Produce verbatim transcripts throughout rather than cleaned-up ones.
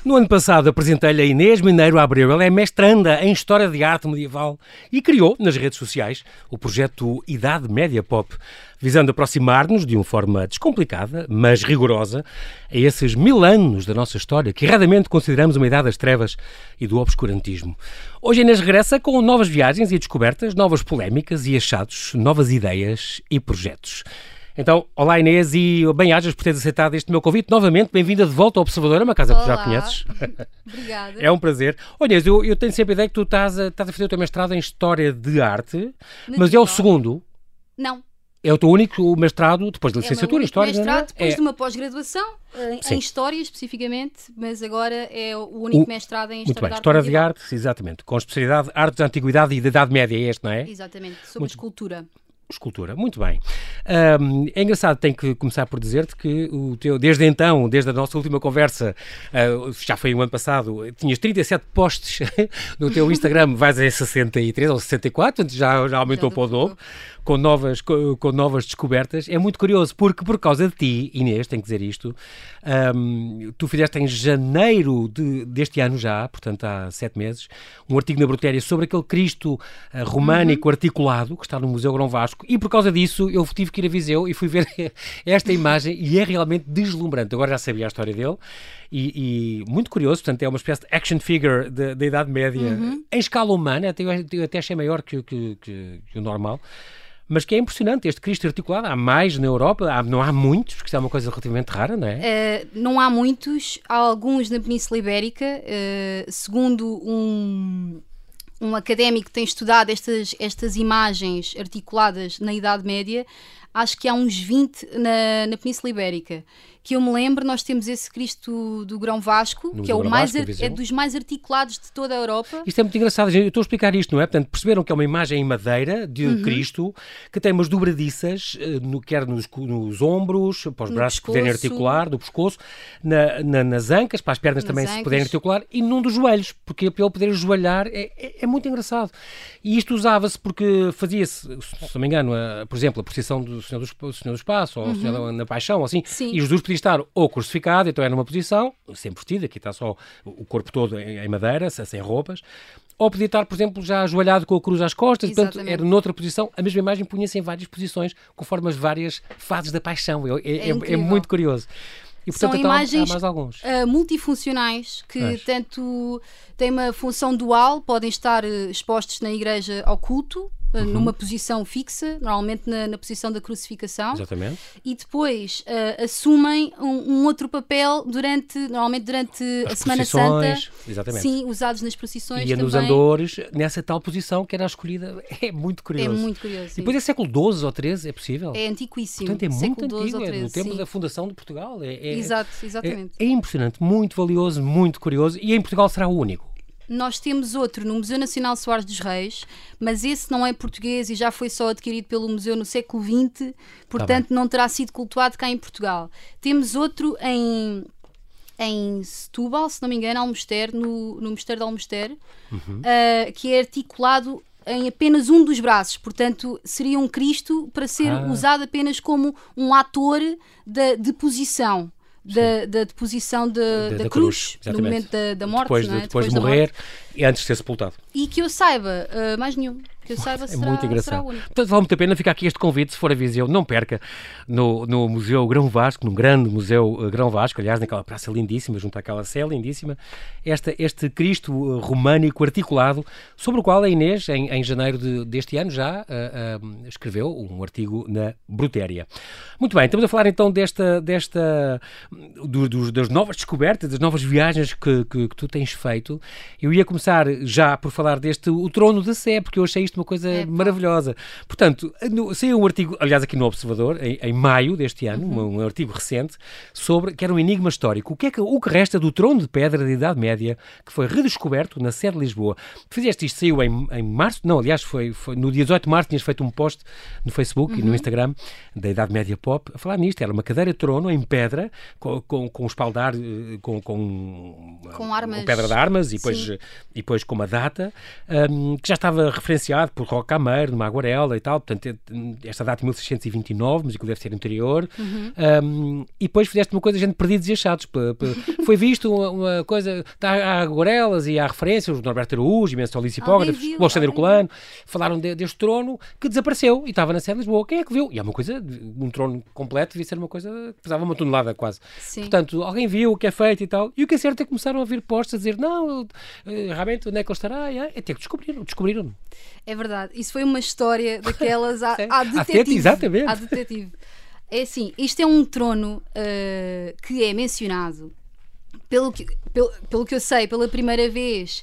No ano passado apresentei-lhe a Inês Mineiro Abreu. Ela é mestranda em História de Arte Medieval e criou, nas redes sociais, o projeto Idade Média Pop, visando aproximar-nos de uma forma descomplicada, mas rigorosa, a esses mil anos da nossa história, que erradamente consideramos uma idade das trevas e do obscurantismo. Hoje a Inês regressa com novas viagens e descobertas, novas polémicas e achados, novas ideias e projetos. Então, olá Inês e bem-ajas por teres aceitado este meu convite. Novamente, bem-vinda de volta ao Observador, uma casa olá. que já conheces. Obrigada. É um prazer. Olha Inês, eu, eu tenho sempre a ideia que tu estás a, estás a fazer o teu mestrado em História de Arte, Na mas é o Medieval. segundo. Não. É o teu único mestrado, depois da licenciatura é em História, mestrado, não é? depois É. de uma pós-graduação, em, Sim. em História especificamente, mas agora é o único O- mestrado em Muito História bem, de Arte História de Medieval. Arte, exatamente, com especialidade de Arte da Antiguidade e da Idade Média, é este, não é? Exatamente, sobre Muito- escultura. Escultura, muito bem. Ahm, é engraçado, tenho que começar por dizer-te que o teu, desde então, desde a nossa última conversa, ah, já foi um ano passado, tinhas trinta e sete posts no teu Instagram, vais a sessenta e três ou sessenta e quatro, portanto já, já aumentou Já para o dobrou. dobro, com novas, com, com novas descobertas. É muito curioso, porque por causa de ti, Inês, tenho que dizer isto, ahm, tu fizeste em janeiro de- deste ano já, portanto há sete meses, um artigo na Brutéria sobre aquele Cristo ah, românico articulado que está no Museu Grão Vasco, e por causa disso eu tive que ir a Viseu e fui ver esta imagem e é realmente deslumbrante. Agora já sabia a história dele e, e muito curioso, portanto é uma espécie de action figure da da Idade Média em escala humana, até, eu até achei maior que, o- que, que, que o normal. Mas que é impressionante, este Cristo articulado, há mais na Europa, há- não há muitos, porque isso é uma coisa relativamente rara, não é? Eh, não há muitos, há alguns na Península Ibérica, eh, segundo um, um académico que tem estudado estas, estas imagens articuladas na Idade Média, acho que há uns vinte na, na Península Ibérica. Que eu me lembro, nós temos esse Cristo do Grão Vasco, No que é, o Grão mais, Vasco, em ar- Viseu. é dos mais articulados de toda a Europa. Isto é muito engraçado, eu estou a explicar isto, não é? Portanto, perceberam que é uma imagem em madeira de Uhum. Cristo, que tem umas dobradiças, eh, no, quer nos, co- nos ombros, para os No braços poderem pescoço. articular, do pescoço, na, na- nas ancas, para as pernas Nas também se ancas. poderem articular, e num dos joelhos, porque para ele poder ajoelhar é, é, é muito engraçado. E isto usava-se porque fazia-se, se não me engano, a, por exemplo, a procissão do Senhor do, Esp- Senhor do Espaço, ou o Senhor da, na Paixão, ou assim, Sim. e Jesus podia estar ou crucificado, então era numa posição, sempre vestido, aqui está só o corpo todo em, em madeira, se- sem roupas, ou podia estar, por exemplo, já ajoelhado com a cruz às costas, portanto, Exatamente. era noutra posição, a mesma imagem punha-se em várias posições, conforme as várias fases da paixão. É, é- é- é incrível. muito curioso. E, portanto, São então, há- imagens há mais alguns. uh, multifuncionais que Pois. tanto têm uma função dual, podem estar uh, expostos na igreja ao culto, uh, numa posição fixa, normalmente na, na posição da crucificação, Exatamente. e depois uh, assumem um, um outro papel durante, normalmente durante a As Semana Santa. procissões, exatamente. Sim, usados nas procissões E nos também. andores, nessa tal posição que era a escolhida. É muito É curioso. muito curioso. E sim. depois é século doze ou treze, é possível? É antiquíssimo. Portanto, é muito século doze antigo, ou é treze, do tempo sim. da fundação de Portugal. É, é- Exato, é, exatamente. é impressionante, muito valioso, muito curioso. E em Portugal será o único. Nós temos outro no Museu Nacional Soares dos Reis, mas esse não é português e já foi só adquirido pelo museu no século vinte, portanto não terá sido cultuado cá em Portugal. Temos outro em, em Setúbal, se não me engano, Almoster, no, no Mosteiro de Almoster, ah, que é articulado em apenas um dos braços, portanto seria um Cristo para ser Ah. usado apenas como um ator da deposição. Da, da deposição de- Da- da, da cruz, cruz, no exatamente. momento da, da morte, depois, não é? de, depois de da morte. morrer e antes de ser sepultado. E que eu saiba, uh, mais nenhum. Que eu saiba, É será, muito será engraçado. o único. Portanto, vale muito a pena ficar aqui este convite, se for a Viseu, não perca, no, no Museu Grão Vasco, num grande Museu eh, Grão Vasco, aliás, naquela praça lindíssima, junto àquela sé lindíssima, esta, este Cristo eh, românico articulado, sobre o qual a Inês, em, em janeiro de- deste ano, já eh, eh, escreveu um artigo na Brutéria. Muito bem, estamos a falar então desta, desta do- dos- das novas descobertas, das novas viagens que, que, que tu tens feito. Eu ia começar já por falar deste O Trono da Sé, porque eu achei isto uma coisa Epá. maravilhosa. Portanto, no, saiu um artigo, aliás, aqui no Observador, em, em maio deste ano, Uhum. um, um artigo recente, sobre, que era um enigma histórico. O que é que, o que resta do trono de pedra da Idade Média, que foi redescoberto na sede de Lisboa? Fizeste isto, saiu em, em março, não, aliás, foi, foi no dia dezoito de março, tinhas feito um post no Facebook Uhum. e no Instagram da Idade Média Pop, a falar nisto. Era uma cadeira de trono em pedra, com, com, com um espaldar, eh, com, com, Com armas. com pedra de armas, e depois, Sim. e depois com uma data, hum, que já estava referenciada pintado por Roque Gameiro, numa aguarela e tal, portanto, esta data de mil seiscentos e vinte e nove, mas aquilo deve ser anterior. Uhum. Um, e depois fizeste uma coisa, gente perdidos e achados. Foi visto uma, uma coisa, há aguarelas e há referências, o Norberto Araújo, imensos lisipógrafos, o Alexandre Herculano, falaram de, deste trono que desapareceu e estava na sede de Lisboa. Quem é que viu? E é uma coisa, um trono completo devia ser uma coisa que pesava uma tonelada quase. Sim. Portanto, alguém viu o que é feito e tal. E o que é certo é que começaram a vir postos a dizer, não, realmente, onde é que ele estará? E, até que descobriram, descobriram. É verdade. Isso foi uma história daquelas à, é. à detetive. Exatamente. À detetive. É assim, isto é um trono uh, que é mencionado, pelo que, pelo, pelo que eu sei, pela primeira vez,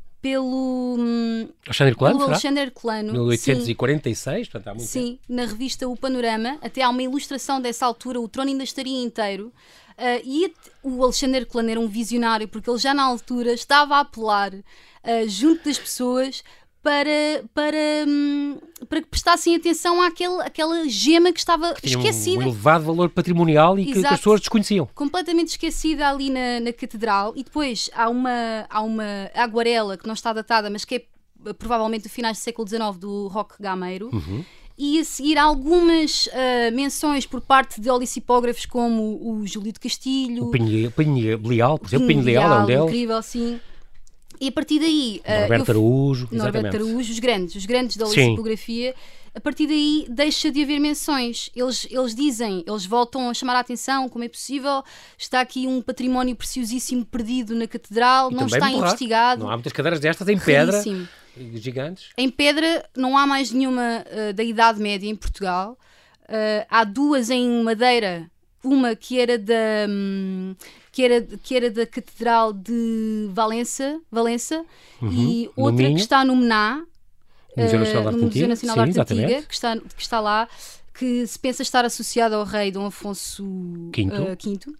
pelo Alexandre Herculano, pelo Alexandre Herculano, mil oitocentos e quarenta e seis, portanto há muito sim, tempo. Na revista O Panorama, até há uma ilustração dessa altura, o trono ainda estaria inteiro. Uh, e o Alexandre Herculano era um visionário, porque ele já na altura estava a apelar uh, junto das pessoas para, para, um, para que prestassem atenção àquele, àquela gema que estava que tinha esquecida. Um elevado valor patrimonial e que, que as pessoas desconheciam. Completamente esquecida ali na, na catedral. E depois há uma, há uma aguarela que não está datada, mas que é provavelmente do finais do século dezenove, do Roque Gameiro. Uhum. E a seguir algumas uh, menções por parte de olicipógrafos como o Júlio de Castilho, o Pinho Leal, por exemplo, Pinho Leal é um deles. Incrível, sim. E a partir daí... Uh, Norberto Araújo, Norberto Araújo, os grandes, os grandes da olicipografia. A partir daí deixa de haver menções. Eles, eles dizem, eles voltam a chamar a atenção, como é possível, está aqui um património preciosíssimo perdido na catedral, e não está investigado. Não há muitas cadeiras destas em pedra. Raríssimo. Gigantes. Em pedra não há mais nenhuma uh, da Idade Média em Portugal. Uh, há duas em madeira, uma que era da um, que era, que era da Catedral de Valença, Valença uhum. e outra que está no Mená, no Museu Nacional uh, de Arte Antiga, Nacional de Arte Antiga, que está, que está lá, que se pensa estar associada ao rei Dom Afonso Quinto. Uh, Quinto.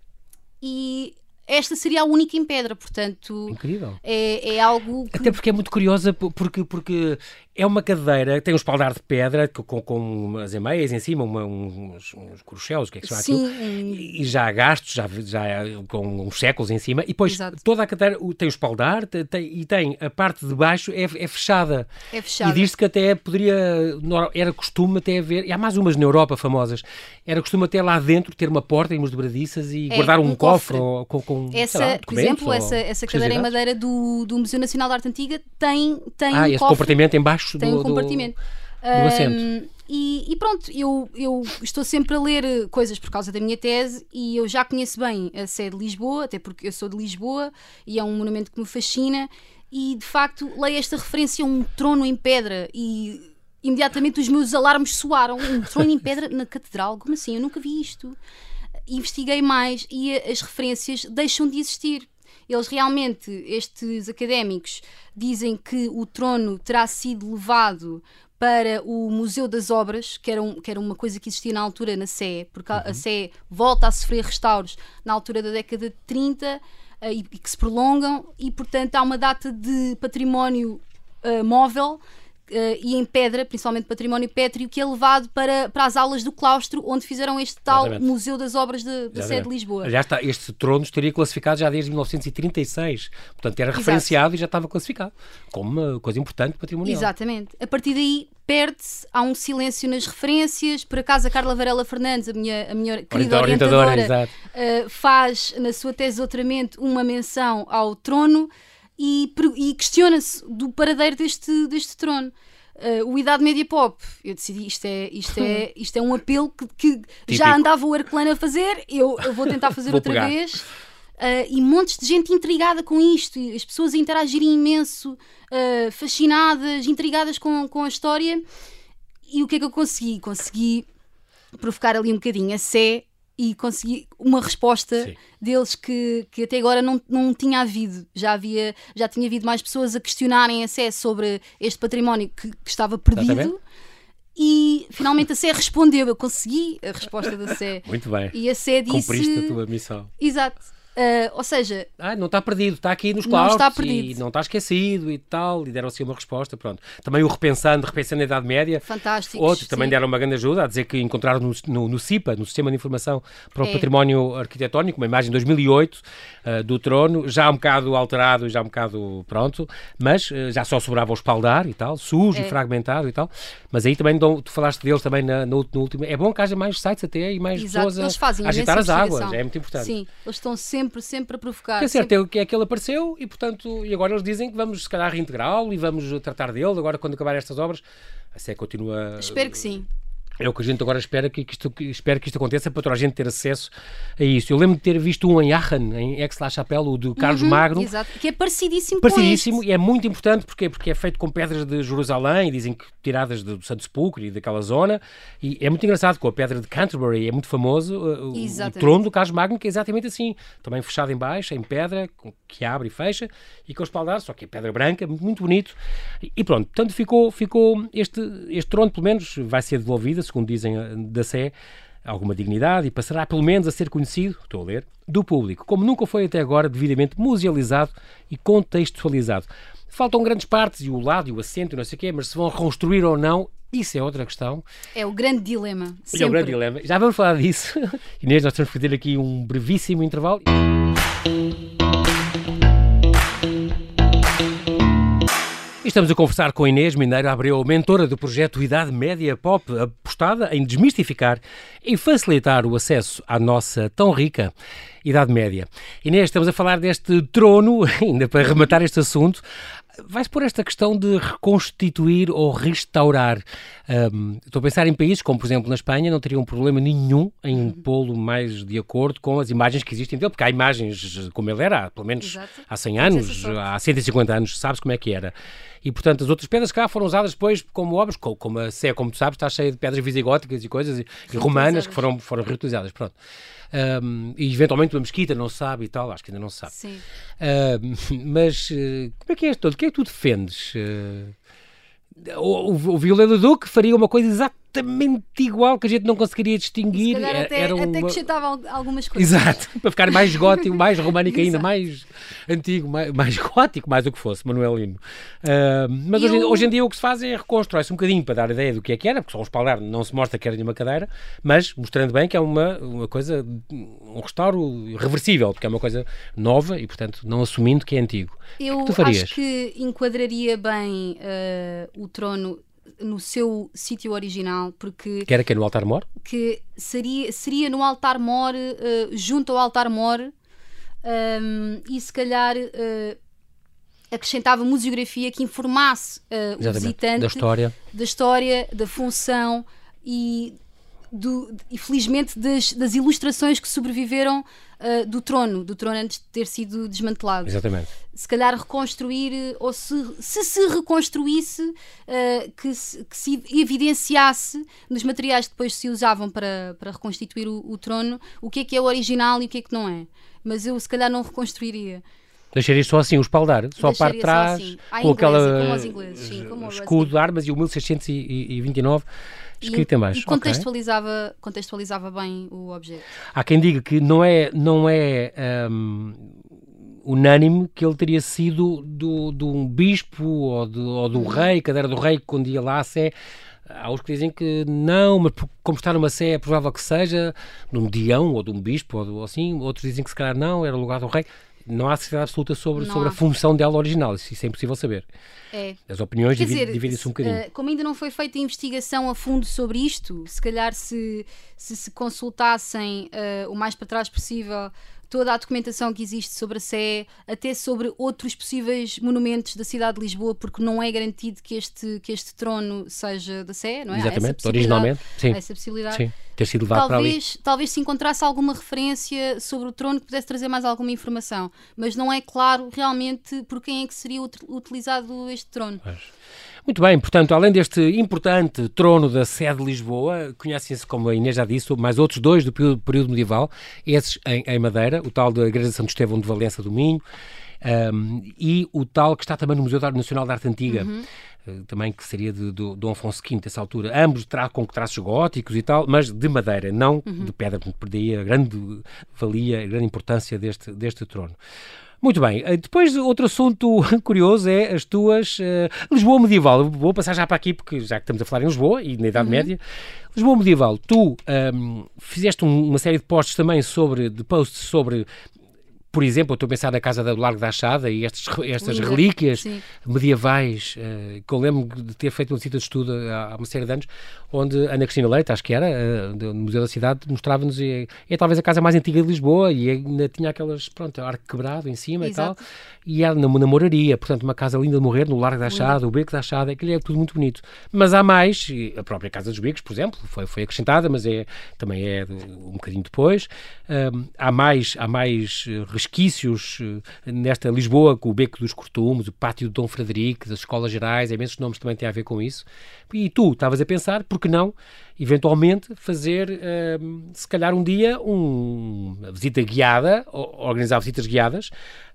E esta seria a única em pedra, portanto. Incrível. É, é algo que... Até porque é muito curiosa, porque, porque é uma cadeira, tem um espaldar de pedra com, com umas emeias em cima, uma, uns, uns corchelos, o que é que se chama Sim. aquilo? E, e já há gastos, já, já com uns séculos em cima, e depois Exato. Toda a cadeira tem o espaldar tem, e tem a parte de baixo é, é fechada. É fechada. E diz-se que até poderia, era costume até haver, e há mais umas na Europa famosas, era costume até lá dentro ter uma porta em umas dobradiças e é, guardar um, um cofre, cofre. Ou, com, com essa, lá, por exemplo, essa, essa cadeira em madeira do, do Museu Nacional de Arte Antiga tem, tem ah, um esse cofre, compartimento em baixo tem do, um compartimento. do, do assento. Um, e, e pronto, eu, eu estou sempre a ler coisas por causa da minha tese e eu já conheço bem a Sé de Lisboa, até porque eu sou de Lisboa e é um monumento que me fascina e de facto leio esta referência a um trono em pedra e imediatamente os meus alarmes soaram. Um trono em pedra na catedral? Como assim? Eu nunca vi isto. Investiguei mais e as referências deixam de existir. Eles realmente, estes académicos, dizem que o trono terá sido levado para o Museu das Obras, que era, um, que era uma coisa que existia na altura na Sé, porque a, uhum. a Sé volta a sofrer restauros na altura da década de trinta uh, e, e que se prolongam, e portanto há uma data de património uh, móvel Uh, e em pedra, principalmente património pétreo, que é levado para, para as aulas do claustro, onde fizeram este tal Exatamente. Museu das Obras da Sé de Lisboa. Aliás, está, este trono estaria classificado já desde mil novecentos e trinta e seis, portanto era referenciado. Exato. E já estava classificado como uma coisa importante patrimonial. Exatamente. A partir daí perde-se, há um silêncio nas referências. Por acaso a Carla Varela Fernandes, a minha, a minha querida orientadora, orientadora uh, faz na sua tese de doutoramento uma menção ao trono e, e questiona-se do paradeiro deste, deste trono. Uh, o Idade Média Pop, eu decidi, isto é, isto é, isto é um apelo que, que já andava o Herculano a fazer, eu, eu vou tentar fazer vou outra pegar. vez. Uh, e montes de gente intrigada com isto, e as pessoas a interagirem imenso, uh, fascinadas, intrigadas com, com a história. E o que é que eu consegui? Consegui provocar ali um bocadinho a Sé e consegui uma resposta Sim. deles que, que até agora não, não tinha havido. Já, havia, já tinha havido mais pessoas a questionarem a Sé sobre este património que, que estava perdido. E finalmente a Sé respondeu. Eu consegui a resposta da Sé. Muito bem. E a Sé disse... Cumpriste a tua missão. Exato. Uh, ou seja... Ah, não está perdido, está aqui nos claustros não está perdido. E não está esquecido e tal, e deram assim uma resposta, pronto. Também o Repensando, Repensando a Idade Média. Fantástico. Outros também deram uma grande ajuda a dizer que encontraram no, no, no C I P A, no Sistema de Informação para o é. Património Arquitetónico, uma imagem de dois mil e oito uh, do trono, já um bocado alterado e já um bocado pronto, mas uh, já só sobrava o espaldar e tal, sujo é. e fragmentado e tal. Mas aí também, tu falaste deles também na, no, no último... É bom que haja mais sites até e mais Exato. pessoas a, a agitar as águas, é muito importante. Sim, eles estão sempre Sempre, sempre a provocar. Que é certo, sempre... é que ele apareceu e, portanto, e agora eles dizem que vamos, se calhar, reintegrá-lo e vamos tratar dele, agora quando acabar estas obras. A S E continua... Espero que sim. É o que a gente agora espera que, que, isto, que, espera que isto aconteça para toda a gente ter acesso a isso. Eu lembro de ter visto um em Aachen, em Aix-la-Chapelle, o de Carlos uhum, Magno. Exato, que é parecidíssimo Parecidíssimo com e é muito importante porque, porque é feito com pedras de Jerusalém, dizem que tiradas do Santo Sepulcro e daquela zona. E é muito engraçado, com a pedra de Canterbury, é muito famoso o, o trono do Carlos Magno, que é exatamente assim, também fechado em baixo, em pedra, que abre e fecha, e com o espaldar, só que é pedra branca, muito bonito. E pronto, portanto ficou, ficou este, este trono, pelo menos, vai ser devolvido, segundo dizem da Sé, alguma dignidade e passará pelo menos a ser conhecido, estou a ler, do público, como nunca foi até agora devidamente musealizado e contextualizado. Faltam grandes partes e o lado e o assento e não sei o quê, mas se vão reconstruir ou não, isso é outra questão. É o grande dilema. Sempre. É o grande dilema. Já vamos falar disso. Inês, nós temos que fazer aqui um brevíssimo intervalo. Estamos a conversar com Inês Mineiro Abreu, mentora do projeto Idade Média Pop, apostada em desmistificar e facilitar o acesso à nossa tão rica Idade Média. Inês, estamos a falar deste trono, ainda para rematar este assunto. Vais pôr esta questão de reconstituir ou restaurar. Um, estou a pensar em países como, por exemplo, na Espanha, não teriam problema nenhum em pô-lo mais de acordo com as imagens que existem dele, porque há imagens como ele era, há, pelo menos Exato. há cem anos, há cento e cinquenta anos, sabes como é que era. E, portanto, as outras pedras cá foram usadas depois como obras, como a Sé, como tu sabes, está cheia de pedras visigóticas e coisas, e, e romanas que foram, foram reutilizadas, pronto. Um, e eventualmente uma mesquita, não se sabe e tal, acho que ainda não se sabe. Sim. Uh, mas uh, como é que é isto todo? O que é que tu defendes? Uh, o, o, o Violeta Duque faria uma coisa exatamente igual que a gente não conseguiria distinguir. Se calhar até, era uma... até acrescentava algumas coisas. Exato, para ficar mais gótico, mais românico ainda, mais antigo, mais, mais gótico, mais o que fosse, manuelino. Uh, mas eu... hoje, hoje em dia o que se faz é reconstrói-se um bocadinho para dar ideia do que é que era, porque só um espaldar não se mostra que era nenhuma cadeira, mas mostrando bem que é uma, uma coisa, um restauro reversível, porque é uma coisa nova e, portanto, não assumindo que é antigo. Eu que tu farias? Acho que enquadraria bem uh, o trono no seu sítio original, porque... Que era que no altar-mor? Que seria, seria no altar-mor, uh, junto ao altar-mor, um, e se calhar uh, acrescentava museografia que informasse uh, o visitante da história. da história, da função e, do, e felizmente, das, das ilustrações que sobreviveram uh, do trono, do trono antes de ter sido desmantelado. Exatamente. Se calhar reconstruir, ou se se, se reconstruísse, uh, que, se, que se evidenciasse nos materiais que depois se usavam para, para reconstituir o, o trono, o que é que é o original e o que é que não é. Mas eu se calhar não reconstruiria. Deixaria só assim o espaldar, só a parte de trás, assim. com aquela como os ingleses, sim, como escudo de armas e o mil seiscentos e vinte e nove escrito e, em baixo. E contextualizava, okay. contextualizava bem o objeto. Há quem diga que não é, não é um, unânime que ele teria sido do, de um bispo ou, de, ou do rei, cadeira do rei, quando ia lá a Sé. Há os que dizem que não, mas como está numa Sé é provável que seja de um dião ou de um bispo ou, ou assim. Outros dizem que se calhar não, era o lugar do rei. Não há certeza absoluta sobre, sobre a função dela original, isso, isso é impossível saber. É. As opiniões dividem-se dividem um bocadinho. Uh, como ainda não foi feita investigação a fundo sobre isto, se calhar se se, se consultassem uh, o mais para trás possível toda a documentação que existe sobre a Sé, até sobre outros possíveis monumentos da cidade de Lisboa, porque não é garantido que este, que este trono seja da Sé, não é? Exatamente, originalmente, sim. Há essa possibilidade. Sim, ter sido levado talvez, para ali. Talvez se encontrasse alguma referência sobre o trono que pudesse trazer mais alguma informação, mas não é claro realmente por quem é que seria utilizado este trono. Mas... Muito bem, portanto, além deste importante trono da sede de Lisboa, conhecem-se, como a Inês já disse, mais outros dois do período, período medieval, esses em, em Madeira, o tal da Igreja de Santo Estevão de Valença do Minho, um, e o tal que está também no Museu Nacional de Arte Antiga, uhum. também que seria de, de Dom Afonso quinto, dessa altura, ambos tra com traços góticos e tal, mas de madeira, não uhum. de pedra, portanto perdia a grande valia, a grande importância deste, deste trono. Muito bem, depois outro assunto curioso é as tuas... Uh, Lisboa medieval, vou passar já para aqui porque já que estamos a falar em Lisboa e na Idade uhum. Média, Lisboa medieval, tu um, fizeste um, uma série de posts também sobre, de posts sobre... Por exemplo, eu estou a pensar na Casa do Largo da Achada e estes, estas Linda. relíquias Sim. medievais, uh, que eu lembro de ter feito uma visita de estudo há, há uma série de anos, onde Ana Cristina Leite, acho que era, uh, do Museu da Cidade, mostrava-nos, é, é talvez a casa mais antiga de Lisboa e ainda tinha aquelas, pronto, arco quebrado em cima Exato. e tal, e era na, na Moraria, portanto uma casa linda de morrer, no Largo da Achada, Linda. o Beco da Achada, aquilo é tudo muito bonito. Mas há mais, a própria Casa dos Becos, por exemplo, foi, foi acrescentada, mas é, também é um bocadinho depois, um, há mais, há mais resquícios nesta Lisboa, com o Beco dos Cortumes, o Pátio de Dom Frederico, das Escolas Gerais, imensos nomes também têm a ver com isso. E tu estavas a pensar, por que não, eventualmente, fazer, uh, se calhar um dia, um, uma visita guiada, organizar visitas guiadas.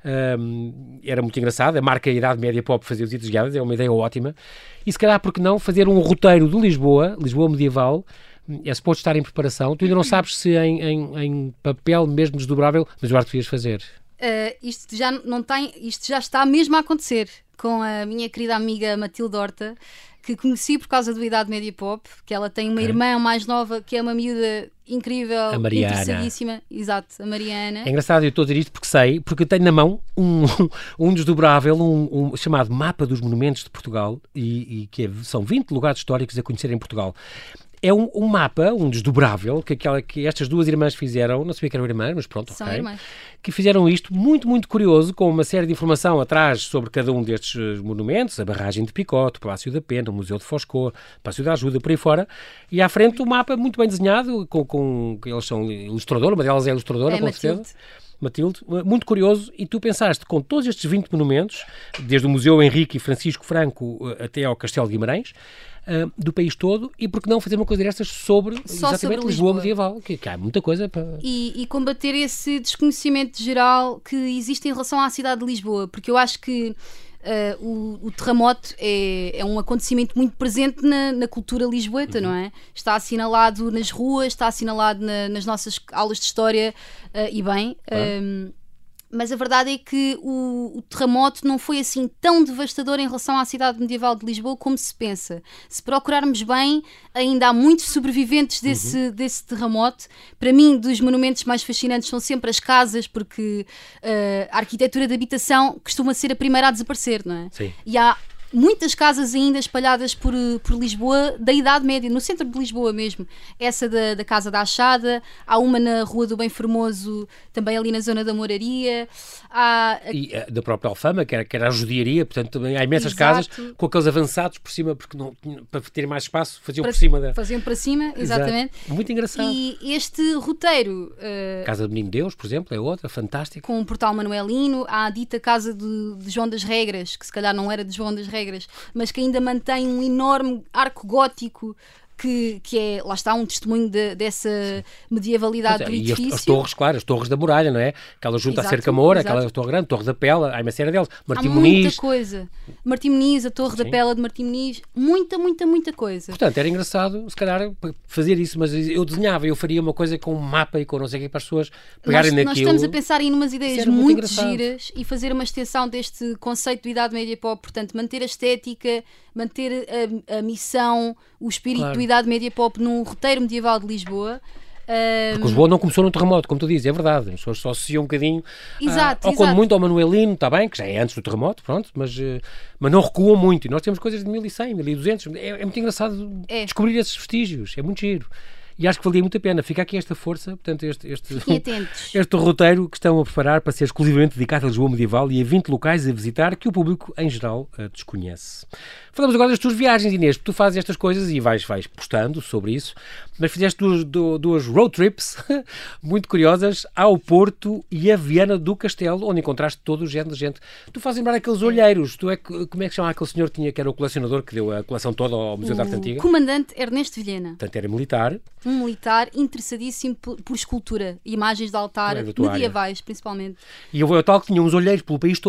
Uh, era muito engraçado, a marca Idade Média Pop fazer visitas guiadas, é uma ideia ótima. E se calhar, por que não, fazer um roteiro de Lisboa, Lisboa medieval. É suposto estar em preparação. Tu ainda não sabes se em, em, em papel mesmo desdobrável, mas o Arthur ias fazer. Uh, isto, já não tem, isto já está mesmo a acontecer com a minha querida amiga Matilde Horta, que conheci por causa do Idade Média Pop, que ela tem uma é. irmã mais nova que é uma miúda incrível, a Mariana. interessadíssima. Exato, a Mariana. É engraçado, eu estou a dizer isto porque sei, porque eu tenho na mão um, um desdobrável, um, um chamado Mapa dos Monumentos de Portugal, e, e que é, são vinte lugares históricos a conhecer em Portugal. É um, um mapa, um desdobrável, que, aquela, que estas duas irmãs fizeram, não sabia que eram irmãs, mas pronto, São ok. irmãs. Que fizeram isto muito, muito curioso, com uma série de informação atrás sobre cada um destes monumentos, a barragem de Picote, o Palácio da Pena, o Museu de Foscou, o Palácio da Ajuda, por aí fora, e à frente o mapa muito bem desenhado, com, com eles são ilustradores, uma delas é ilustradora, é com Matilde. certeza. Matilde, muito curioso, e tu pensaste com todos estes vinte monumentos, desde o Museu Henrique e Francisco Franco até ao Castelo de Guimarães, uh, do país todo, e por que não fazer uma coisa destas sobre, Só exatamente, sobre Lisboa, Lisboa medieval, que, que há muita coisa para... E, e combater esse desconhecimento geral que existe em relação à cidade de Lisboa, porque eu acho que Uh, o, o terremoto é, é um acontecimento muito presente na, na cultura lisboeta, uhum. não é? Está assinalado nas ruas, está assinalado na, nas nossas aulas de história, uh, e bem, ah. um, mas a verdade é que o, o terremoto não foi assim tão devastador em relação à cidade medieval de Lisboa como se pensa. Se procurarmos bem, ainda há muitos sobreviventes desse, uhum. desse terremoto. Para mim, dos monumentos mais fascinantes são sempre as casas, porque uh, a arquitetura de habitação costuma ser a primeira a desaparecer, não é? Sim. E há muitas casas ainda espalhadas por, por Lisboa, da Idade Média, no centro de Lisboa mesmo. Essa da, da Casa da Achada, há uma na Rua do Bem Formoso, também ali na zona da Moraria. Há... E uh, da própria Alfama, que era, que era a judiaria, portanto também há imensas Exato. casas com aqueles avançados por cima, porque não, para terem mais espaço faziam para, por cima da... Faziam para cima, exatamente. Exato. Muito engraçado. E este roteiro... Uh, Casa do Menino Deus, por exemplo, é outra, fantástica. Com o Portal Manuelino, há a dita Casa de, de João das Regras, que se calhar não era de João das Regras, mas que ainda mantém um enorme arco gótico que, que é, lá está, um testemunho de, dessa medievalidade do edifício. E as, as torres, claro, as torres da muralha, não é? Aquela junto à Cerca Moura, aquela torre grande, Torre da Pela, há uma série delas. Martim há Muniz. muita coisa. Martim Muniz, a Torre Sim. da Pela de Martim Muniz, muita, muita, muita coisa. Portanto, era engraçado, se calhar, fazer isso, mas eu desenhava, eu faria uma coisa com um mapa e com não sei o que para as pessoas pegarem nós, naquilo. Nós estamos a pensar em umas ideias muito, muito engraçado. giras e fazer uma extensão deste conceito de Idade Média Pop, portanto, manter a estética, manter a, a missão, o espírito Claro. do Idade Média Pop num roteiro medieval de Lisboa. Porque Lisboa não começou no terremoto, como tu dizes, é verdade. As pessoas só associam um bocadinho, exato, ah, ou quando exato. muito ao Manuelino, está bem, que já é antes do terremoto, pronto, mas, mas não recuam muito. E nós temos coisas de mil e cem, mil e duzentos. É, é muito engraçado é. descobrir esses vestígios, é muito giro. E acho que valia muito a pena. Fica aqui esta força, portanto, este, este, este roteiro que estão a preparar para ser exclusivamente dedicado a Lisboa medieval e a vinte locais a visitar que o público, em geral, desconhece. Falamos agora das tuas viagens, Inês, porque tu fazes estas coisas e vais, vais postando sobre isso, mas fizeste duas, duas road trips muito curiosas ao Porto e a Viana do Castelo, onde encontraste todo o género de gente. Tu fazes lembrar aqueles olheiros. Tu é, como é que chama aquele senhor que tinha, que era o colecionador que deu a coleção toda ao Museu o da Arte Antiga? Comandante Ernesto Vilhena. Portanto, era militar. Um militar interessadíssimo por, por escultura, imagens de altar, é medievais, principalmente. E eu vou ao tal que tinha uns olheiros pelo país todo,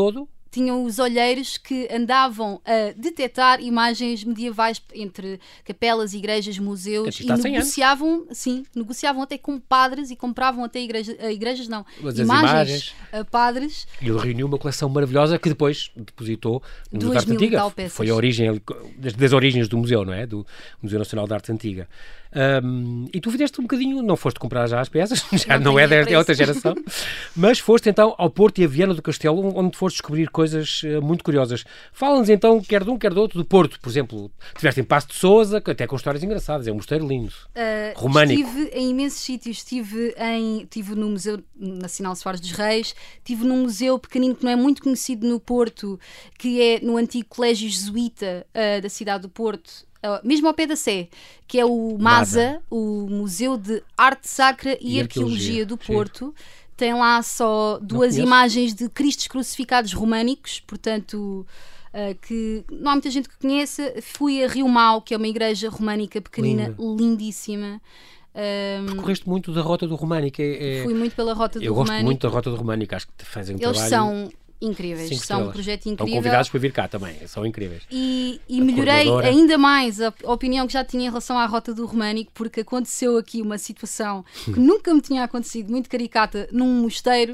tinham os olheiros que andavam a detectar imagens medievais entre capelas, igrejas, museus e negociavam, sim, negociavam até com padres e compravam até igreja, igrejas, não, Mas imagens, imagens a padres. E ele reuniu uma coleção maravilhosa que depois depositou no Museu de Arte Antiga. Foi a origem, das, das origens do museu, não é? Do Museu Nacional de Arte Antiga. Um, e tu fizeste um bocadinho, não foste comprar já as peças, já não, não é desta, é outra geração, mas foste então ao Porto e a Viana do Castelo, onde foste descobrir coisas uh, muito curiosas. Fala-nos então, quer de um, quer do outro, do Porto, por exemplo. Estiveste em Paço de Sousa, até com histórias engraçadas, é um mosteiro lindo, uh, românico. Estive em imensos sítios, estive, em, estive no Museu Nacional Soares dos Reis, estive num museu pequenino que não é muito conhecido no Porto, que é no antigo Colégio Jesuíta uh, da cidade do Porto, Uh, mesmo ao pé da Sé, que é o MASA, o Museu de Arte Sacra e, e Arqueologia, Arqueologia do Porto. Sim. Tem lá só duas imagens de Cristos crucificados românicos, portanto, uh, que não há muita gente que conheça. Fui a Rio Mau, que é uma igreja românica pequenina, Linda. lindíssima. Um, Percorreste muito da Rota do Românico. É, é... Fui muito pela Rota do Eu Românico. gosto muito da Rota do Românico, acho que fazem um Eles trabalho... são... incríveis, Cinco são estrelas. Um projeto incrível. Estão convidados para vir cá também, são incríveis. E, e melhorei ainda mais a, a opinião que já tinha em relação à Rota do Românico, porque aconteceu aqui uma situação que nunca me tinha acontecido, muito caricata, num mosteiro.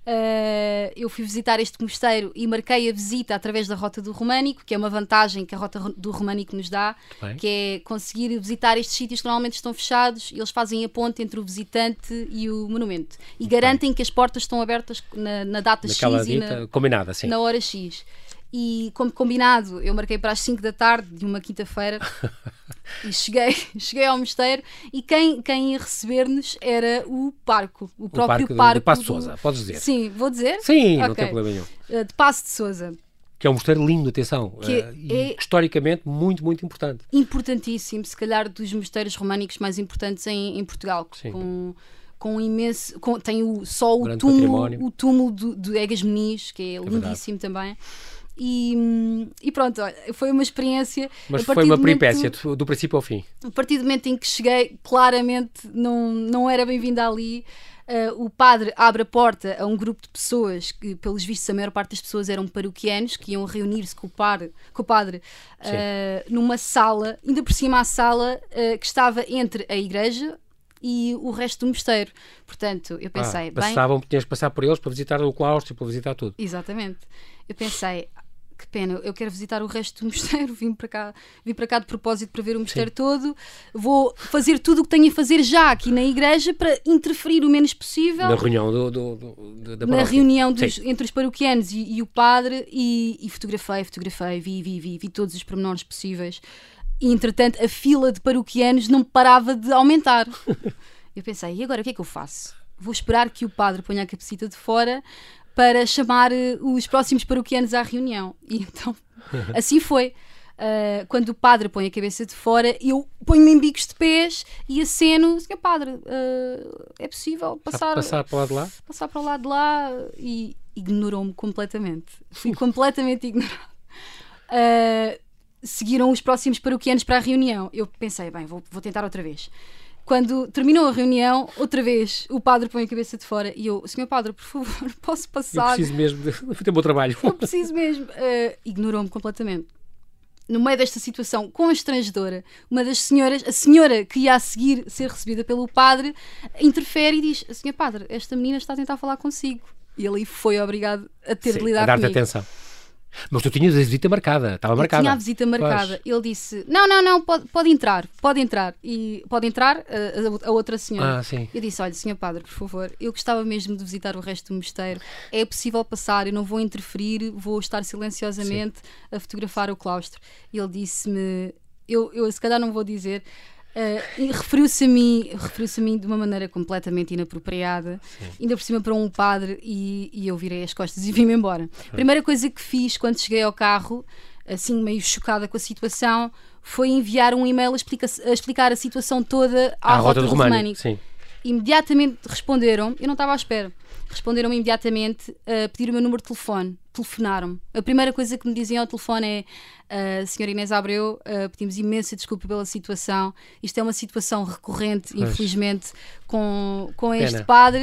Uh, eu fui visitar este mosteiro e marquei a visita através da Rota do Românico, que é uma vantagem que a Rota do Românico nos dá, Bem. que é conseguir visitar estes sítios que normalmente estão fechados, e eles fazem a ponte entre o visitante e o monumento e Bem. garantem que as portas estão abertas na, na data Naquela X dita, e na, combinada, sim. na hora X. E como combinado, eu marquei para as cinco da tarde de uma quinta-feira e cheguei, cheguei ao mosteiro, e quem, quem ia receber-nos era o parco, o, o próprio parco, parco de Paço de Sousa, podes dizer? Sim, vou dizer? Sim, okay. não tem problema nenhum. De Paço de Sousa. Que é um mosteiro lindo, atenção, que uh, e é historicamente muito, muito importante. Importantíssimo, se calhar dos mosteiros românicos mais importantes em, em Portugal, Sim. com... com um imenso, com, tem o, só o Grande túmulo, o túmulo de, de Egas Meniz, que é, é lindíssimo verdade. também. E, e pronto, foi uma experiência. Mas foi uma peripécia do, do princípio ao fim. A partir do momento em que cheguei, claramente não, não era bem-vinda ali. Uh, o padre abre a porta a um grupo de pessoas que, pelos vistos, a maior parte das pessoas eram paroquianos, que iam reunir-se com o padre, com o padre uh, numa sala, ainda por cima a sala uh, que estava entre a igreja e o resto do mosteiro. Portanto, eu pensei... Ah, passavam, bem, tinhas que passar por eles para visitar o claustro, para visitar tudo. Exatamente. Eu pensei... que pena, eu quero visitar o resto do mosteiro, vim para cá, vim para cá de propósito para ver o mosteiro Sim. todo, vou fazer tudo o que tenho a fazer já aqui na igreja para interferir o menos possível na reunião do, do, do, da na reunião dos, entre os paroquianos e, e o padre, e, e fotografei, fotografei, vi, vi, vi, vi todos os pormenores possíveis, e entretanto a fila de paroquianos não parava de aumentar. Eu pensei, e agora o que é que eu faço? Vou esperar que o padre ponha a cabecita de fora para chamar uh, os próximos paroquianos à reunião. E então, assim foi. Uh, quando o padre põe a cabeça de fora, eu ponho-me em bicos de pés e aceno, senhor padre, uh, é possível passar, passar para o lado de lá? Passar para o lado de lá, e ignorou-me completamente. Fui completamente ignorado. Uh, seguiram os próximos paroquianos para a reunião. Eu pensei, bem, vou, vou tentar outra vez. Quando terminou a reunião, outra vez, o padre põe a cabeça de fora e eu, senhor padre, por favor, posso passar? Eu preciso mesmo de fazer o meu trabalho. Eu preciso mesmo. Uh, ignorou-me completamente. No meio desta situação constrangedora, uma das senhoras, a senhora que ia a seguir ser recebida pelo padre, interfere e diz, senhor padre, esta menina está a tentar falar consigo. E ele foi obrigado a ter Sim, de lidar a dar-te comigo. atenção. Mas tu tinhas a visita marcada, estava marcada. Eu tinha a visita marcada. Pois. Ele disse, não, não, não, pode, pode entrar, pode entrar. E pode entrar a, a, a outra senhora. Ah, sim. Eu disse, olha, senhor padre, por favor, eu gostava mesmo de visitar o resto do mosteiro. É possível passar, eu não vou interferir, vou estar silenciosamente sim. a fotografar o claustro. E ele disse-me, eu, eu se calhar não vou dizer... Uh, referiu-se a mim referiu-se a mim de uma maneira completamente inapropriada, Sim. ainda por cima para um padre, e, e eu virei as costas e vim-me embora. A primeira coisa que fiz quando cheguei ao carro, assim meio chocada com a situação, foi enviar um e-mail a, explica a explicar a situação toda à, à Rota, Rota do, do Românico. Românico. Imediatamente responderam, eu não estava à espera, responderam-me imediatamente a pedir o meu número de telefone, telefonaram-me. A primeira coisa que me diziam ao telefone é, uh, senhora Inês Abreu, uh, pedimos imensa desculpa pela situação, isto é uma situação recorrente, pois. infelizmente, com, com este padre,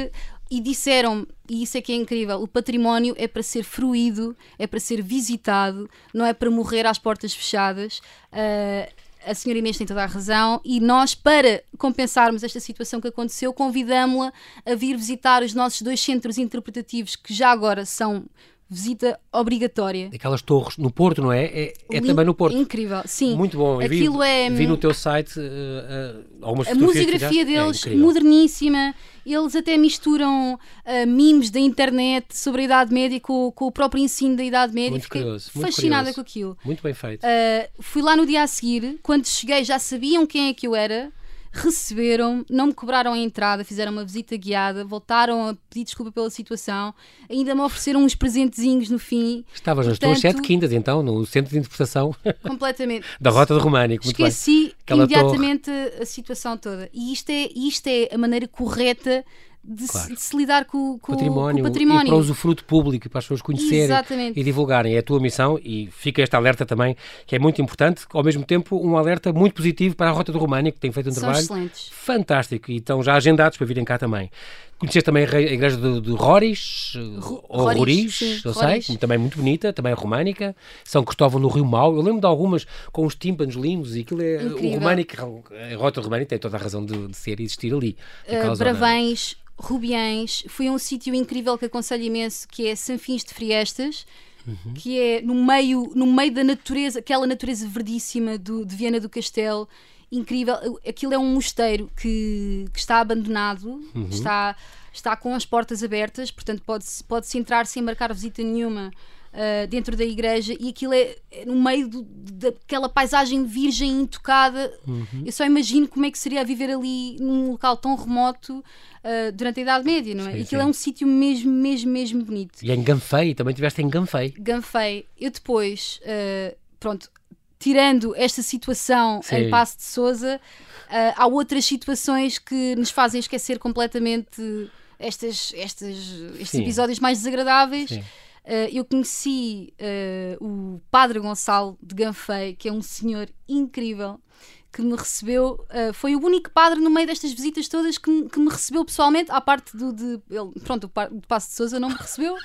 e disseram, e isso é que é incrível, o património é para ser fruído, é para ser visitado, não é para morrer às portas fechadas. Uh, a senhora Inês tem toda a razão e nós, para compensarmos esta situação que aconteceu, convidámo-la a vir visitar os nossos dois centros interpretativos que já agora são visita obrigatória. Aquelas torres no Porto, não é? É, é também no Porto. Incrível, sim. Muito bom. Aquilo vi, é... vi no teu site uh, uh, algumas a fotografias. A museografia deles, é moderníssima. Eles até misturam uh, memes da internet sobre a Idade Média com, com o próprio ensino da Idade Média. Muito Fiquei curioso. Muito fascinada curioso. com aquilo. Muito bem feito. Uh, fui lá no dia a seguir. Quando cheguei já sabiam quem é que eu era. Receberam, não me cobraram a entrada, fizeram uma visita guiada, voltaram a pedir desculpa pela situação, ainda me ofereceram uns presentezinhos no fim. Estavas Portanto, nas tuas sete quintas, então, no centro de interpretação completamente. da Rota do Românico. Muito Esqueci bem. imediatamente torre. a situação toda. E isto é, isto é a maneira correta de, claro. se, de se lidar com, com, património, com o património. E para o usufruto público, para as pessoas conhecerem Exatamente. E divulgarem. É a tua missão e fica este alerta também, que é muito importante, ao mesmo tempo um alerta muito positivo para a Rota do Românico, que tem feito um São trabalho excelentes. Fantástico e estão já agendados para virem cá também. Conheceste também a igreja de, de Roriz, R- ou Roriz, Roriz, eu Roriz. sei, também muito bonita, também românica. São Cristóvão no Rio Mau. Eu lembro de algumas com os tímpanos lindos e aquilo é Incrível. o românico, a Rota do Românico tem toda a razão de, de ser e existir ali. Uh, Bravães, Rubiães, foi um sítio incrível que aconselho imenso, que é Sanfins de Friestas, uhum. que é no meio, no meio da natureza, aquela natureza verdíssima do, de Viana do Castelo, incrível. Aquilo é um mosteiro que, que está abandonado, uhum. está, está com as portas abertas, portanto pode-se, pode-se entrar sem marcar visita nenhuma uh, dentro da igreja, e aquilo é, é no meio do, daquela paisagem virgem intocada. Uhum. Eu só imagino como é que seria viver ali num local tão remoto uh, durante a Idade Média, não é? Sim, e aquilo sim. é um sítio mesmo, mesmo, mesmo bonito. E em Ganfei, também estiveste em Ganfei. Ganfei. Eu depois, uh, pronto, tirando esta situação Sim. em Paço de Sousa, uh, há outras situações que nos fazem esquecer completamente estas, estas, estes Sim. episódios mais desagradáveis. Sim. Uh, eu conheci uh, o Padre Gonçalo de Ganfei, que é um senhor incrível, que me recebeu, uh, foi o único padre no meio destas visitas todas que, me- que me recebeu pessoalmente, à parte do de, ele, pronto, o pa- de Paço de Sousa não me recebeu.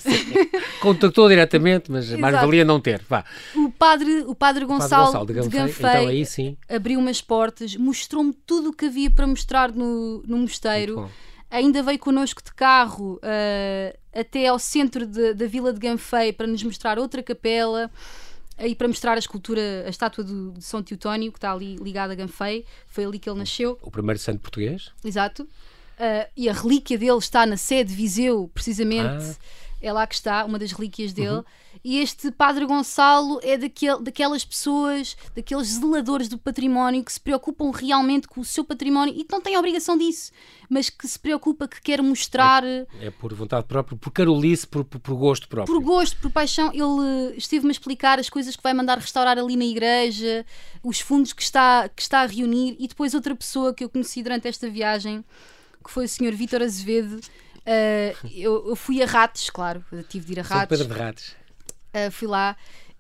Contactou diretamente, mas mais Exato. valia não ter. Vá. O padre, o padre Gonçalo, Gonçalo de de Ganfei, Ganfei, então aí sim. abriu umas portas, mostrou-me tudo o que havia para mostrar no, no mosteiro. Muito bom. Ainda veio connosco de carro uh, até ao centro de- da vila de Ganfei para nos mostrar outra capela e para mostrar a escultura, a estátua do, de São Teutónio, que está ali ligada a Ganfei. Foi ali que ele nasceu. O primeiro santo português. Exato. Uh, e a relíquia dele está na sede de Viseu, precisamente. Ah. É lá que está, uma das relíquias dele. Uhum. E este Padre Gonçalo é daquele, daquelas pessoas, daqueles zeladores do património que se preocupam realmente com o seu património e que não têm a obrigação disso, mas que se preocupa, que quer mostrar É por vontade própria, por carolice, por, por, por gosto próprio. por gosto, por paixão. Ele esteve-me a explicar as coisas que vai mandar restaurar ali na igreja, os fundos que está, que está a reunir. E depois outra pessoa que eu conheci durante esta viagem, que foi o senhor Vítor Azevedo. Uh, eu, eu fui a Rates, claro, eu tive de ir a São Rates. Pedro de Rates. Uh, fui lá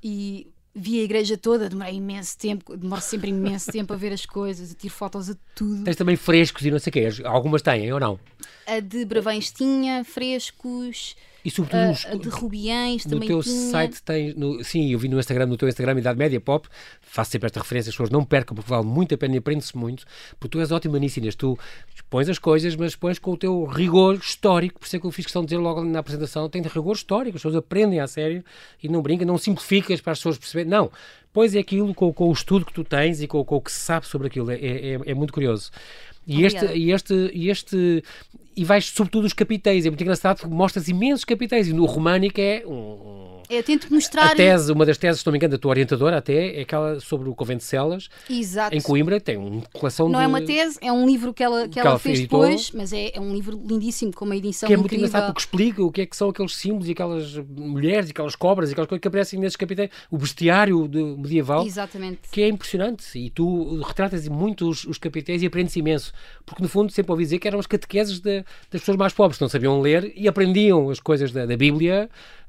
e vi a igreja toda, demorei imenso tempo, demoro sempre imenso tempo a ver as coisas, a tirar fotos a tudo. Tens também frescos e não sei o quê. Algumas têm, ou não? A de Bravães tinha, frescos, E sobretudo a, os, a de Rubiães no também teu tinha. site tens, no, sim, eu vi no Instagram, no teu Instagram, Idade Média Pop, faço sempre esta referência, as pessoas não percam, porque vale muito a pena e aprende-se muito, porque tu és ótima nisso, Inês, tu expões as coisas, mas expões com o teu rigor histórico, por isso é que eu fiz questão de dizer logo na apresentação, tem de rigor histórico, as pessoas aprendem a sério e não brincam, não simplificas para as pessoas perceberem, não, pois é aquilo com, com o estudo que tu tens e com, com o que se sabe sobre aquilo, é, é, é muito curioso. E este, e este, e este, e vais sobretudo os capitéis, é muito engraçado porque mostras imensos capitéis e no românico é um, Eu tento mostrar. a tese, uma das teses, se não me engano, da tua orientadora até, é aquela sobre o convento de Celas, Exato. em Coimbra, tem uma coleção Não de... é uma tese, é um livro que ela, que que ela ela fez editou. depois, mas é, é um livro lindíssimo, com uma edição que é muito incrível. engraçado porque explica o que é que são aqueles símbolos e aquelas mulheres e aquelas cobras e aquelas coisas que aparecem nesses capitéis, o bestiário de- medieval, Exatamente. que é impressionante, e tu retratas muito os, os capitéis e aprendes imenso, porque no fundo sempre ouvi dizer que eram as catequeses da, Bíblia das pessoas mais pobres, que não sabiam ler e aprendiam as coisas da, da Bíblia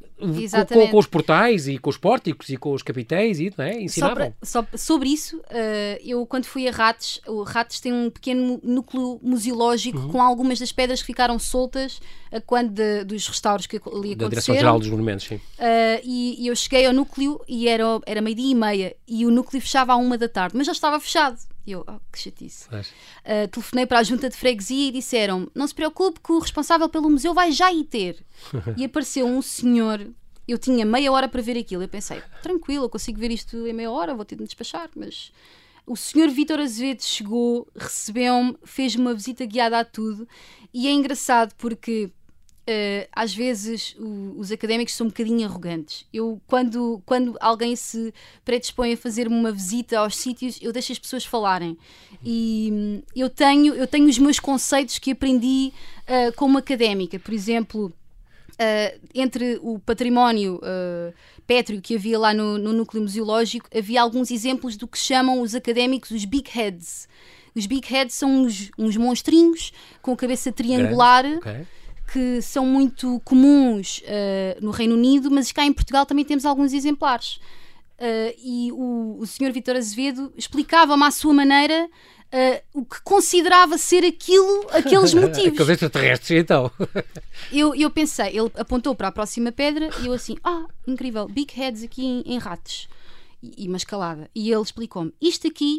com, com, com os portais e com os pórticos e com os capitéis e, não é? Ensinavam. Só pra, só, sobre isso, uh, eu quando fui a Rates, o Rates tem um pequeno núcleo museológico uhum. com algumas das pedras que ficaram soltas uh, quando de, dos restauros que ali aconteceram. Da Direção-Geral dos Monumentos, sim. Uh, e, e eu cheguei ao núcleo e era, era meio-dia e meia e o núcleo fechava à uma da tarde, mas já estava fechado. E eu, oh, que chatice. Uh, telefonei para a junta de freguesia e disseram: não se preocupe que o responsável pelo museu vai já ir ter. E apareceu um senhor, eu tinha meia hora para ver aquilo. Eu pensei, tranquilo, eu consigo ver isto em meia hora, vou ter de me despachar. Mas o senhor Vítor Azevedo chegou, recebeu-me, fez-me uma visita guiada a tudo. E é engraçado porque Uh, às vezes o, os académicos são um bocadinho arrogantes. Eu, quando, quando alguém se predispõe a fazer-me uma visita aos sítios, eu deixo as pessoas falarem. E hum, eu, tenho, eu tenho os meus conceitos que aprendi uh, como académica. Por exemplo, uh, entre o património uh, pétreo que havia lá no, no núcleo museológico, havia alguns exemplos do que chamam os académicos os big heads. Os big heads são uns, uns monstrinhos com a cabeça triangular. Okay. Que são muito comuns uh, no Reino Unido, mas cá em Portugal também temos alguns exemplares. Uh, e o, o senhor Vítor Azevedo explicava-me à sua maneira uh, o que considerava ser aquilo, aqueles motivos. Aqueles extraterrestres, então. eu, eu pensei, ele apontou para a próxima pedra e eu assim, ah, incrível, big heads aqui em, em Rates. E, e uma escalada. E ele explicou-me, isto aqui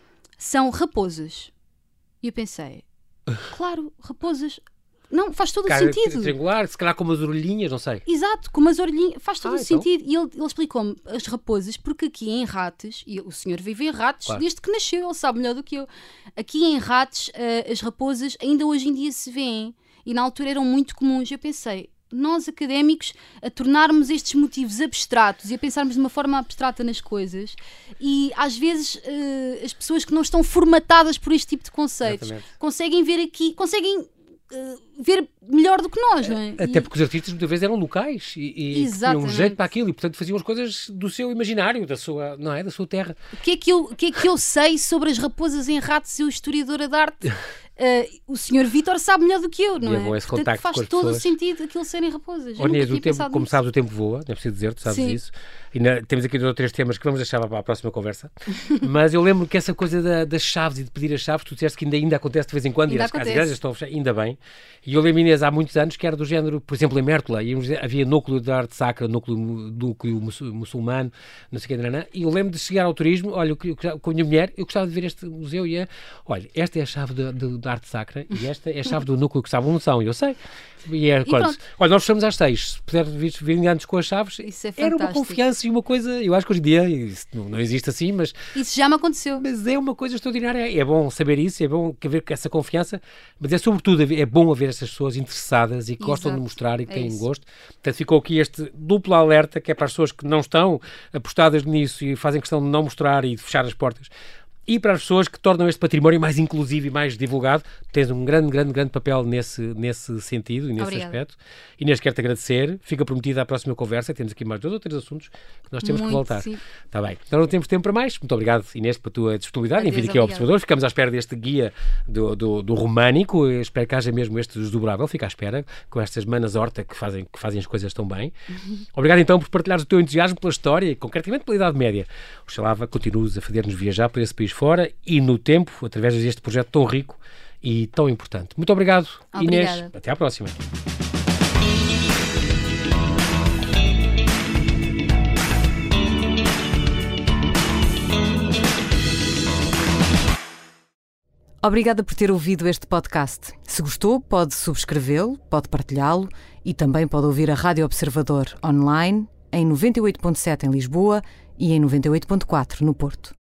são raposas. E eu pensei, claro, raposas... Não, faz todo Cara, o sentido. Triangular, se calhar com umas orelhinhas, não sei. Exato, com umas orelhinhas, faz todo ah, o então. sentido. E ele, ele explicou-me as raposas, porque aqui em Rates, e o senhor vive em Rates claro. Desde que nasceu, ele sabe melhor do que eu. Aqui em Rates, uh, as raposas ainda hoje em dia se vêem. E na altura eram muito comuns. Eu pensei, nós académicos, a tornarmos estes motivos abstratos e a pensarmos de uma forma abstrata nas coisas, e às vezes uh, as pessoas que não estão formatadas por este tipo de conceitos Exatamente. Conseguem ver aqui, conseguem Uh, ver melhor do que nós, não é? Até e... porque os artistas muitas vezes eram locais e, e tinham um jeito para aquilo e portanto faziam as coisas do seu imaginário, da sua, não é? Da sua terra. O que é que eu, o que é que eu sei sobre as raposas em Rates, eu historiadora de arte? Uh, o senhor Vítor sabe melhor do que eu, não e é? é bom esse portanto, faz todo pessoas. O sentido aquilo serem raposas. Oh, Inês, o tempo, como nisso. Sabes, o tempo voa, não é preciso dizer, tu sabes Sim. isso. E na, temos aqui dois ou três temas que vamos deixar para a próxima conversa. Mas eu lembro que essa coisa da, das chaves e de pedir as chaves, tu disseste que ainda, ainda acontece de vez em quando, ir às igrejas estão fechadas, ainda bem. E eu lembro, Inês, há muitos anos que era do género, por exemplo, em Mértola, havia núcleo de arte sacra, núcleo, núcleo muçulmano, não sei o que, e eu lembro de chegar ao turismo, olha, eu, eu, com a minha mulher, eu gostava de ver este museu e é, olha, esta é a chave da arte sacra e esta é a chave do núcleo que estavam no São, eu sei. E é quando? Olha, nós fechamos às seis. Se puder vir, vir antes com as chaves, isso é era uma confiança e uma coisa. Eu acho que hoje em dia isso não, não existe assim, mas. Isso já me aconteceu. Mas é uma coisa extraordinária. É bom saber isso, é bom haver essa confiança, mas é sobretudo é bom haver essas pessoas interessadas e que Exato. Gostam de mostrar e que é têm isso. Gosto. Portanto, ficou aqui este duplo alerta que é para as pessoas que não estão apostadas nisso e fazem questão de não mostrar e de fechar as portas. E para as pessoas que tornam este património mais inclusivo e mais divulgado, tens um grande, grande, grande papel nesse, nesse sentido e nesse Obrigada. Aspecto. Inês, quero-te agradecer. Fica prometida a próxima conversa. Temos aqui mais dois ou três assuntos que nós temos Muito, que voltar. Sim. Está bem. Então não temos tempo para mais. Muito obrigado, Inês, pela tua disponibilidade. Enfim, aqui ao observador. Ficamos à espera deste guia do, do, do românico. Eu espero que haja mesmo este desdobrável. Fica à espera com estas manas horta que fazem, que fazem as coisas tão bem. Uhum. Obrigado então por partilhares o teu entusiasmo pela história e concretamente pela Idade Média. Oxalá continues a fazer-nos viajar por esse país fora e no tempo, através deste projeto tão rico e tão importante. Muito obrigado, Obrigada. Inês. Até à próxima. Obrigada por ter ouvido este podcast. Se gostou, pode subscrevê-lo, pode partilhá-lo e também pode ouvir a Rádio Observador online em noventa e oito ponto sete em Lisboa e em noventa e oito ponto quatro no Porto.